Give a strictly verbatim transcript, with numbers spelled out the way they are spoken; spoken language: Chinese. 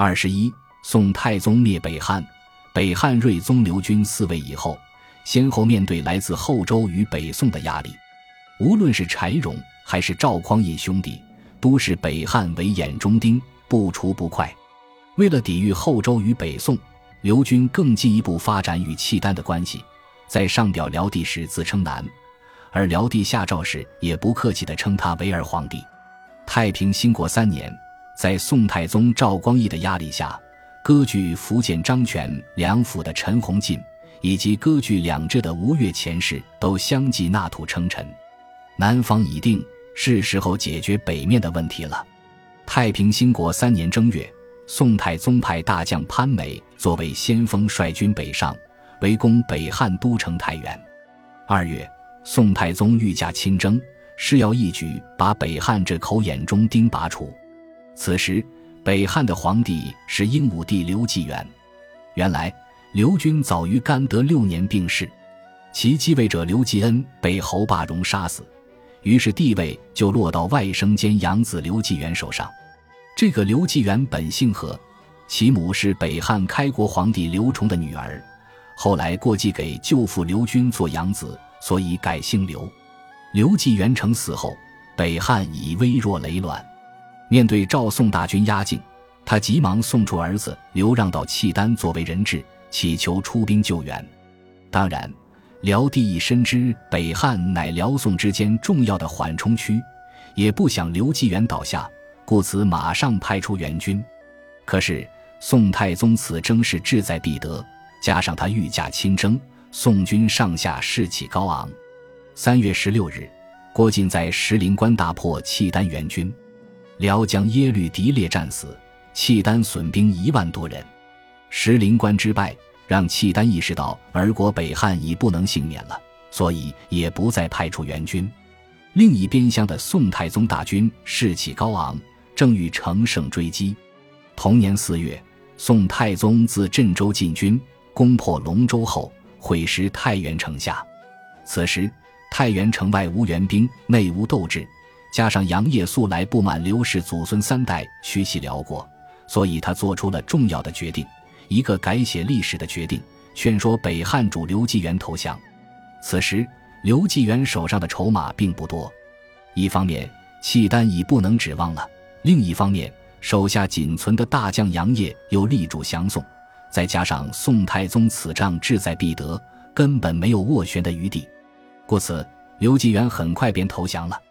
二十一，宋太宗灭北汉。北汉睿宗刘军嗣位以后，先后面对来自后周与北宋的压力，无论是柴荣还是赵匡胤兄弟，都视北汉为眼中钉，不除不快。为了抵御后周与北宋，刘军更进一步发展与契丹的关系，在上表辽帝时自称南，而辽帝下诏时也不客气地称他为二皇帝。太平兴国三年，在宋太宗赵光义的压力下，割据福建漳泉两府的陈弘进以及割据两浙的吴越钱氏都相继纳土称臣。南方已定，是时候解决北面的问题了。太平兴国三年正月，宋太宗派大将潘美作为先锋率军北上，围攻北汉都城太原。二月，宋太宗御驾亲征，誓要一举把北汉这口眼中钉拔除。此时北汉的皇帝是英武帝刘继元。原来刘军早于干德六年病逝，其继位者刘继恩被侯霸荣杀死，于是地位就落到外甥兼养子刘继元手上。这个刘继元本姓何，其母是北汉开国皇帝刘崇的女儿，后来过继给舅父刘军做养子，所以改姓刘。刘继元成死后，北汉已危若累卵。面对赵宋大军压境，他急忙送出儿子刘让到契丹作为人质，祈求出兵救援。当然，辽帝亦深知北汉乃辽宋之间重要的缓冲区，也不想刘继元倒下，故此马上派出援军。可是宋太宗此征是志在必得，加上他御驾亲征，宋军上下士气高昂。三月十六日，郭靖在石林关大破契丹援军，辽将耶律狄烈战死，契丹损兵一万多人。石林关之败让契丹意识到儿国北汉已不能幸免了，所以也不再派出援军。另一边厢的宋太宗大军士气高昂，正欲乘胜追击。同年四月，宋太宗自镇州进军，攻破龙州后会师太原城下。此时太原城外无援兵，内无斗志，加上杨业素来不满刘氏祖孙三代屈膝辽国，所以他做出了重要的决定，一个改写历史的决定，劝说北汉主刘继元投降。此时刘继元手上的筹码并不多，一方面契丹已不能指望了，另一方面手下仅存的大将杨业又力主降宋，再加上宋太宗此仗志在必得，根本没有斡旋的余地，故此刘继元很快便投降了。